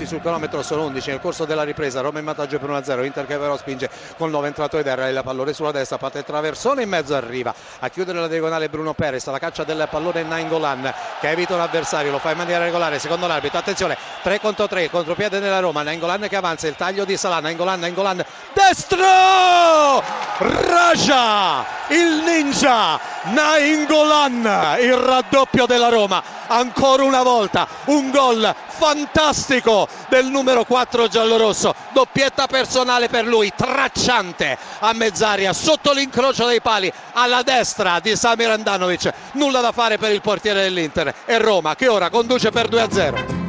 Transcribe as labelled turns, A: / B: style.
A: minuti sul cronometro, sono 11 nel corso della ripresa. Roma in vantaggio per 1-0, Inter che però spinge con il nuovo entrato Eder, il pallone sulla destra, parte il traversone, in mezzo arriva a chiudere la diagonale Bruno Perez, alla caccia del pallone Nainggolan che evita un avversario, lo fa in maniera regolare secondo l'arbitro. Attenzione, 3 contro 3, contropiede della Roma, Nainggolan che avanza, il taglio di Salah, Nainggolan destro, Raja, il ninja Nainggolan, il raddoppio della Roma, ancora una volta un gol fantastico del numero 4 giallorosso, doppietta personale per lui, tracciante a mezz'aria sotto l'incrocio dei pali alla destra di Samir Handanovic, nulla da fare per il portiere dell'Inter, e Roma che ora conduce per 2-0.